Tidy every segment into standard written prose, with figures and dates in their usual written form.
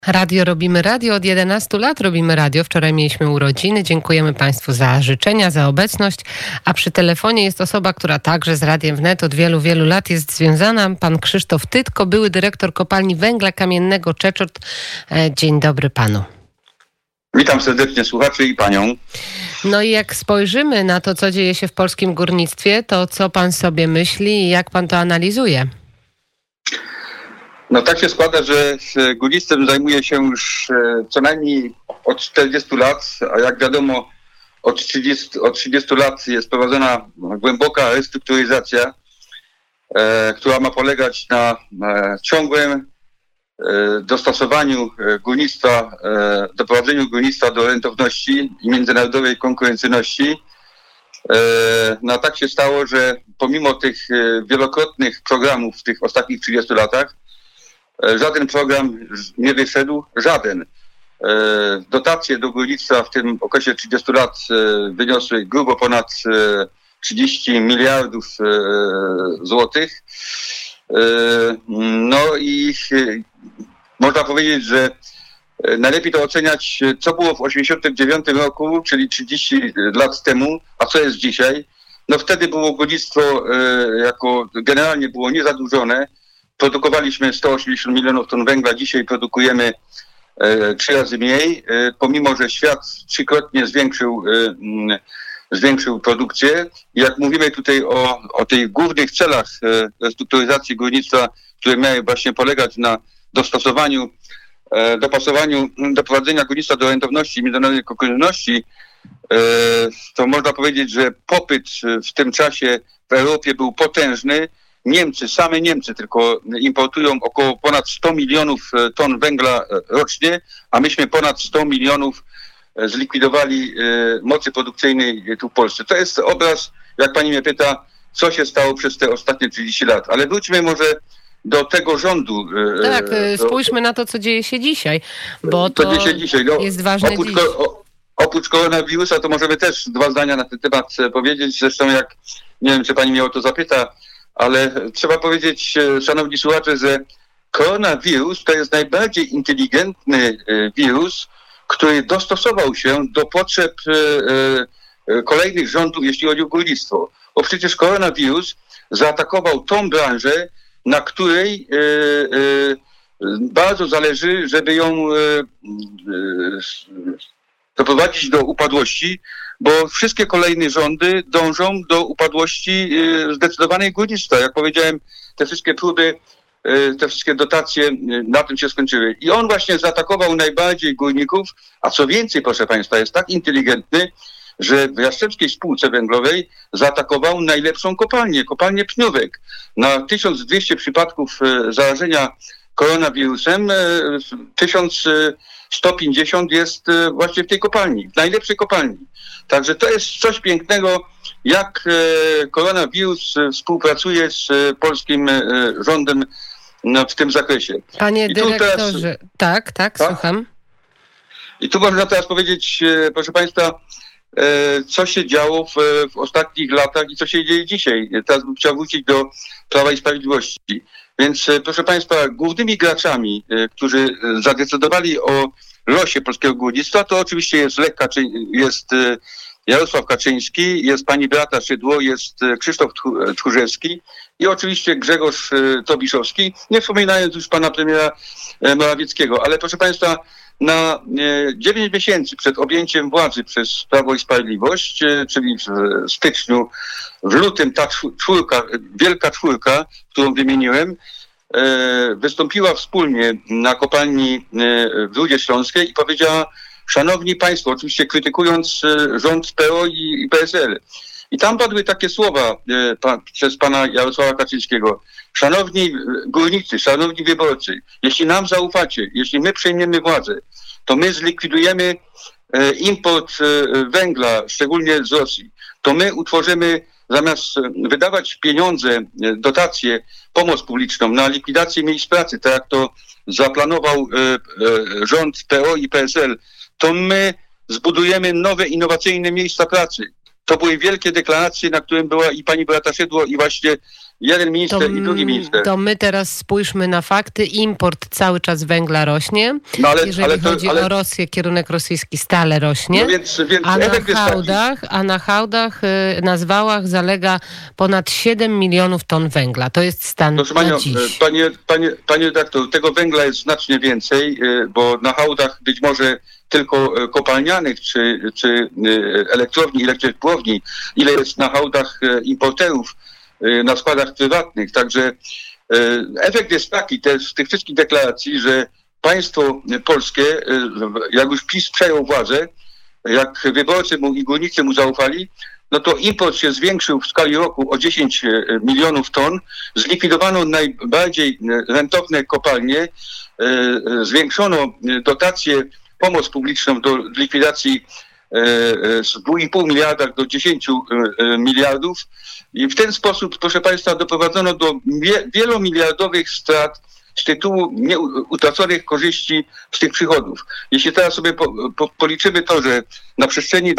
Radio Robimy Radio. Od 11 lat robimy radio. Wczoraj mieliśmy urodziny. Dziękujemy Państwu za życzenia, za obecność. A przy telefonie jest osoba, która także z Radiem Wnet od wielu, wielu lat jest związana. Pan Krzysztof Tytko, były dyrektor kopalni węgla kamiennego Czeczord. Dzień dobry panu. Witam serdecznie słuchaczy i panią. No i jak spojrzymy na to, co dzieje się w polskim górnictwie, to co pan sobie myśli i jak pan to analizuje? No tak się składa, że górnictwem zajmuję się już co najmniej od 40 lat, a jak wiadomo od 30 lat jest prowadzona głęboka restrukturyzacja, która ma polegać na ciągłym dostosowaniu górnictwa, doprowadzeniu górnictwa do rentowności i międzynarodowej konkurencyjności. No tak się stało, że pomimo tych wielokrotnych programów w tych ostatnich 30 latach, żaden program nie wyszedł, żaden. Dotacje do górnictwa w tym okresie 30 lat wyniosły grubo ponad 30 miliardów złotych. No i można powiedzieć, że najlepiej to oceniać, co było w 1989 roku, czyli 30 lat temu, a co jest dzisiaj. No wtedy było górnictwo jako generalnie było niezadłużone. Produkowaliśmy 180 milionów ton węgla, dzisiaj produkujemy 3 razy mniej, pomimo że świat trzykrotnie zwiększył produkcję. I jak mówimy tutaj o tych głównych celach restrukturyzacji górnictwa, które miały właśnie polegać na dopasowaniu doprowadzenia górnictwa do rentowności i międzynarodowej konkurencyjności, to można powiedzieć, że popyt w tym czasie w Europie był potężny. Same Niemcy tylko importują około ponad 100 milionów ton węgla rocznie, a myśmy ponad 100 milionów zlikwidowali mocy produkcyjnej tu w Polsce. To jest obraz, jak pani mnie pyta, co się stało przez te ostatnie 30 lat. Ale wróćmy może do tego rządu. Tak, spójrzmy na to, co dzieje się dzisiaj, bo to jest ważne dziś. Oprócz koronawirusa to możemy też 2 zdania na ten temat powiedzieć. Zresztą nie wiem, czy pani mnie o to zapyta, ale trzeba powiedzieć, szanowni słuchacze, że koronawirus to jest najbardziej inteligentny wirus, który dostosował się do potrzeb kolejnych rządów, jeśli chodzi o górnictwo. Bo przecież koronawirus zaatakował tą branżę, na której bardzo zależy, żeby ją doprowadzić do upadłości, bo wszystkie kolejne rządy dążą do upadłości zdecydowanej górnictwa. Jak powiedziałem, te wszystkie próby, te wszystkie dotacje na tym się skończyły. I on właśnie zaatakował najbardziej górników, a co więcej, proszę państwa, jest tak inteligentny, że w Jastrzębskiej Spółce Węglowej zaatakował najlepszą kopalnię Pniówek. Na 1200 przypadków zarażenia koronawirusem 1150 jest właśnie w tej kopalni, w najlepszej kopalni. Także to jest coś pięknego, jak koronawirus współpracuje z polskim rządem w tym zakresie. Panie dyrektorze, tak, słucham. I tu można teraz powiedzieć, proszę państwa, co się działo w ostatnich latach i co się dzieje dzisiaj. Teraz bym chciał wrócić do Prawa i Sprawiedliwości. Więc proszę państwa, głównymi graczami, którzy zadecydowali o losie polskiego górnictwa, to oczywiście jest Jarosław Kaczyński, jest pani Beata Szydło, jest Krzysztof Tchórzewski i oczywiście Grzegorz Tobiszowski, nie wspominając już pana premiera Morawieckiego. Ale proszę państwa, na 9 miesięcy przed objęciem władzy przez Prawo i Sprawiedliwość, czyli w styczniu, w lutym ta wielka czwórka, którą wymieniłem, wystąpiła wspólnie na kopalni w Rudzie Śląskiej i powiedziała: szanowni państwo, oczywiście krytykując rząd PO i PSL. I tam padły takie słowa przez pana Jarosława Kaczyńskiego: szanowni górnicy, szanowni wyborcy, jeśli nam zaufacie, jeśli my przejmiemy władzę, to my zlikwidujemy import węgla, szczególnie z Rosji. To my utworzymy, zamiast wydawać pieniądze, dotacje, pomoc publiczną na likwidację miejsc pracy, tak jak to zaplanował rząd PO i PSL, to my zbudujemy nowe, innowacyjne miejsca pracy. To były wielkie deklaracje, na którym była i pani Beata Szydło, i właśnie jeden minister i drugi minister. To my teraz spójrzmy na fakty. Import cały czas węgla rośnie. No Jeżeli chodzi o Rosję, kierunek rosyjski stale rośnie. No więc a na hałdach, na zwałach zalega ponad 7 milionów ton węgla. To jest stan na dziś. Panie redaktor, tego węgla jest znacznie więcej, bo na hałdach być może tylko kopalnianych czy elektrowni, elektrociepłowni, ile jest na hałdach importerów na składach prywatnych. Także efekt jest taki z tych wszystkich deklaracji, że państwo polskie, jak już PiS przejął władzę, jak wyborcy mu i górnicy mu zaufali, no to import się zwiększył w skali roku o 10 milionów ton, zlikwidowano najbardziej rentowne kopalnie, zwiększono dotacje, pomoc publiczną do likwidacji z 2,5 miliarda do 10 miliardów i w ten sposób, proszę Państwa, doprowadzono do wielomiliardowych strat z tytułu utraconych korzyści z tych przychodów. Jeśli teraz sobie policzymy to, że na przestrzeni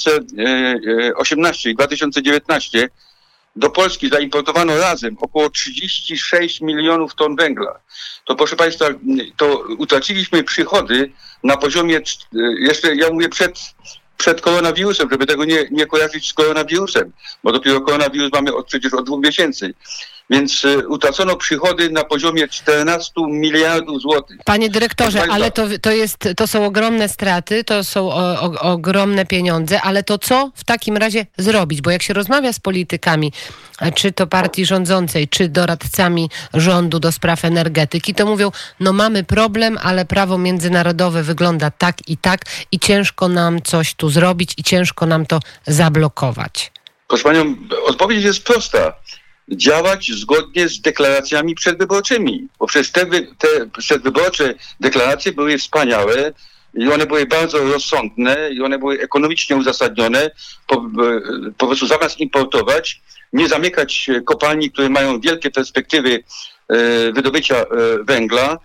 2018 i 2019 do Polski zaimportowano razem około 36 milionów ton węgla, to proszę Państwa, to utraciliśmy przychody na poziomie, jeszcze ja mówię przed koronawirusem, żeby tego nie kojarzyć z koronawirusem, bo dopiero koronawirus mamy przecież od 2 miesięcy. Więc utracono przychody na poziomie 14 miliardów złotych. Panie dyrektorze, ale to są ogromne straty, to są ogromne pieniądze, ale to co w takim razie zrobić? Bo jak się rozmawia z politykami, czy to partii rządzącej, czy doradcami rządu do spraw energetyki, to mówią, no mamy problem, ale prawo międzynarodowe wygląda tak i ciężko nam coś tu zrobić i ciężko nam to zablokować. Proszę Panią, odpowiedź jest prosta. Działać zgodnie z deklaracjami przedwyborczymi, bo przecież te przedwyborcze deklaracje były wspaniałe i one były bardzo rozsądne i one były ekonomicznie uzasadnione. Po prostu zamiast importować, nie zamykać kopalni, które mają wielkie perspektywy wydobycia węgla.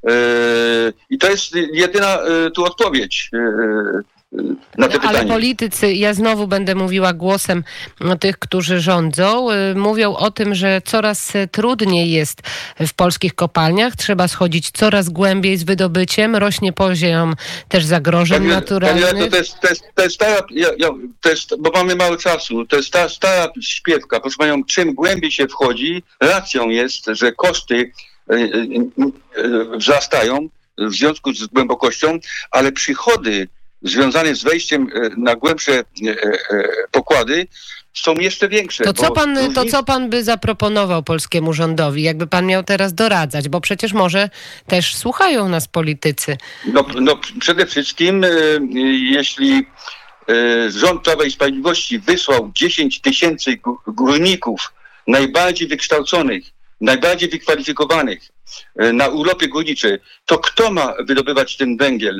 I to jest jedyna tu odpowiedź na te pytania. Ale politycy, ja znowu będę mówiła głosem tych, którzy rządzą, mówią o tym, że coraz trudniej jest w polskich kopalniach, trzeba schodzić coraz głębiej z wydobyciem, rośnie poziom też zagrożeń naturalnych. To jest stara, bo mamy mało czasu, to jest ta stara śpiewka. Proszę Panią, czym głębiej się wchodzi, racją jest, że koszty wzrastają w związku z głębokością, ale przychody związane z wejściem na głębsze pokłady są jeszcze większe. To co pan by zaproponował polskiemu rządowi, jakby pan miał teraz doradzać, bo przecież może też słuchają nas politycy. No przede wszystkim jeśli rząd Prawa i Sprawiedliwości wysłał 10 tysięcy górników najbardziej wykształconych, najbardziej wykwalifikowanych na urlopy górnicze, to kto ma wydobywać ten węgiel?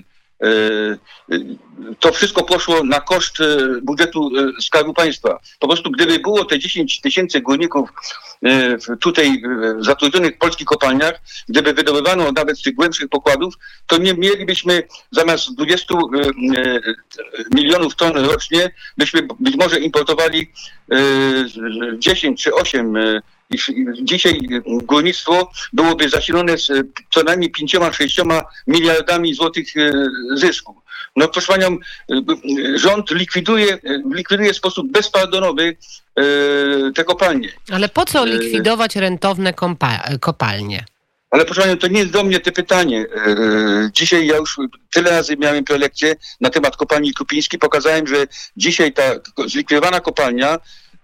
To wszystko poszło na koszt budżetu Skarbu Państwa. Po prostu gdyby było te 10 tysięcy górników tutaj zatrudnionych w polskich kopalniach, gdyby wydobywano nawet z tych głębszych pokładów, to nie mielibyśmy zamiast 20 milionów ton rocznie, byśmy być może importowali 10 czy 8. I dzisiaj górnictwo byłoby zasilone z co najmniej 5-6 miliardami złotych zysku. No proszę Panią, rząd likwiduje w sposób bezpardonowy te kopalnie. Ale po co likwidować rentowne kopalnie? Ale proszę Panią, to nie jest do mnie to pytanie. Dzisiaj ja już tyle razy miałem prelekcje na temat kopalni Krupińskiej. Pokazałem, że dzisiaj ta zlikwidowana kopalnia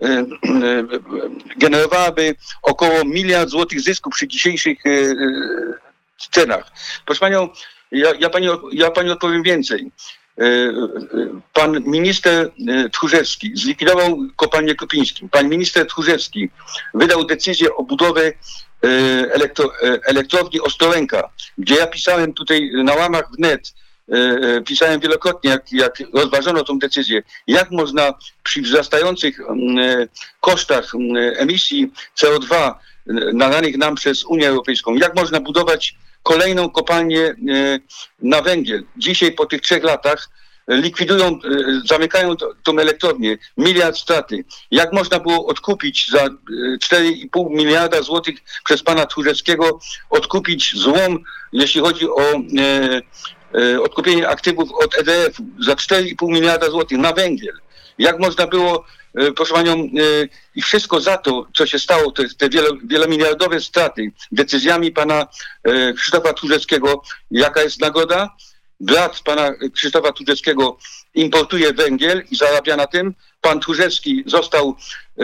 generowałaby około 1 miliard złotych zysku przy dzisiejszych cenach. Proszę Panią, ja Pani odpowiem więcej. Pan minister Tchórzewski zlikwidował kopalnię Krupińską. Pan minister Tchórzewski wydał decyzję o budowie elektrowni Ostrołęka, gdzie ja pisałem tutaj na łamach wnet, pisałem wielokrotnie, jak rozważono tą decyzję, jak można przy wzrastających kosztach emisji CO2 nadanych nam przez Unię Europejską, jak można budować kolejną kopalnię na węgiel. Dzisiaj po tych 3 latach likwidują, zamykają tą elektrownię, miliard straty. Jak można było odkupić za 4,5 miliarda złotych przez pana Tchórzewskiego, odkupić złom, jeśli chodzi o odkupienie aktywów od EDF-u za 4,5 miliarda złotych na węgiel. Jak można było, proszę panią, i wszystko za to, co się stało, to jest te wielomiliardowe straty, decyzjami pana Krzysztofa Tchórzewskiego. Jaka jest nagroda? Brat pana Krzysztofa Tchórzewskiego importuje węgiel i zarabia na tym. Pan Tchórzewski został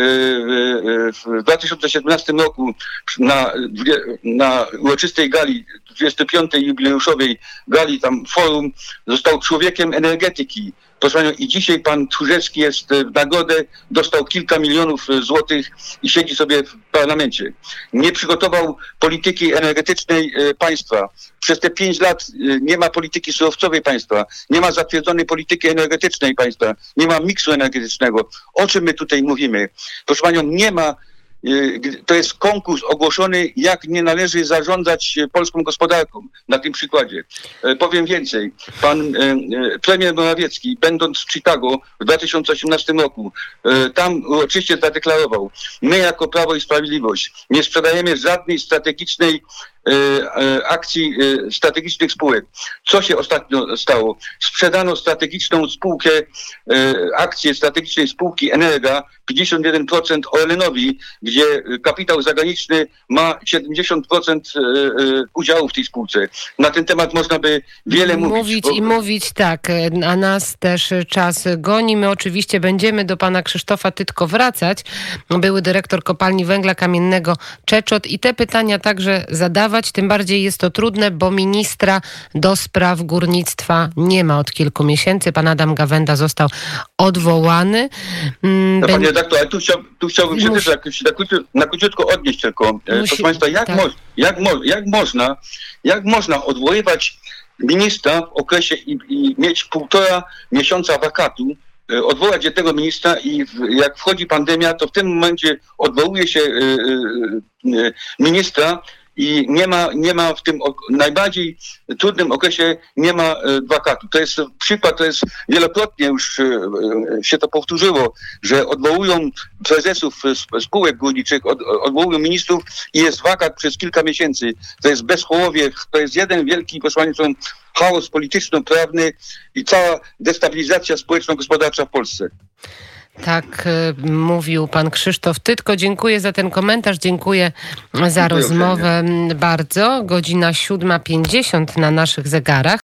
w 2017 roku na uroczystej gali, 25. jubileuszowej gali, tam forum, został człowiekiem energetyki. Proszę panią, i dzisiaj pan Tchórzewski jest w nagrodę, dostał kilka milionów złotych i siedzi sobie w parlamencie. Nie przygotował polityki energetycznej państwa. Przez te 5 lat nie ma polityki surowcowej państwa, nie ma zatwierdzonej polityki energetycznej państwa, nie ma miksu energetycznego. O czym my tutaj mówimy? Proszę panią, nie ma. To jest konkurs ogłoszony, jak nie należy zarządzać polską gospodarką. Na tym przykładzie. Powiem więcej. Pan premier Morawiecki, będąc w Chicago w 2018 roku, tam uroczyście zadeklarował: my jako Prawo i Sprawiedliwość nie sprzedajemy żadnej strategicznej akcji strategicznych spółek. Co się ostatnio stało? Sprzedano strategiczną spółkę, akcje strategicznej spółki Energa, 51% Orlenowi, gdzie kapitał zagraniczny ma 70% udziału w tej spółce. Na ten temat można by wiele mówić. Mówić, tak, a nas też czas goni. My oczywiście będziemy do pana Krzysztofa Tytko wracać. Były dyrektor kopalni węgla kamiennego Czeczot i te pytania także zadawać. Tym bardziej jest to trudne, bo ministra do spraw górnictwa nie ma od kilku miesięcy. Pan Adam Gawęda został odwołany. Panie redaktor, ale tu chciałbym się też na króciutko odnieść tylko. Proszę państwa, jak można odwoływać ministra w okresie i mieć 1,5 miesiąca wakatu, odwołać jednego ministra i jak wchodzi pandemia, to w tym momencie odwołuje się ministra i nie ma w tym najbardziej trudnym okresie nie ma wakatu. To jest przykład, to jest wielokrotnie już się to powtórzyło, że odwołują prezesów spółek górniczych, odwołują ministrów i jest wakat przez kilka miesięcy. To jest bezchołowie, to jest jeden wielki, proszę państwa, chaos polityczno-prawny i cała destabilizacja społeczno-gospodarcza w Polsce. Tak mówił pan Krzysztof Tytko. Dziękuję za ten komentarz, dziękuję za rozmowę bardzo. Godzina 7:50 na naszych zegarach.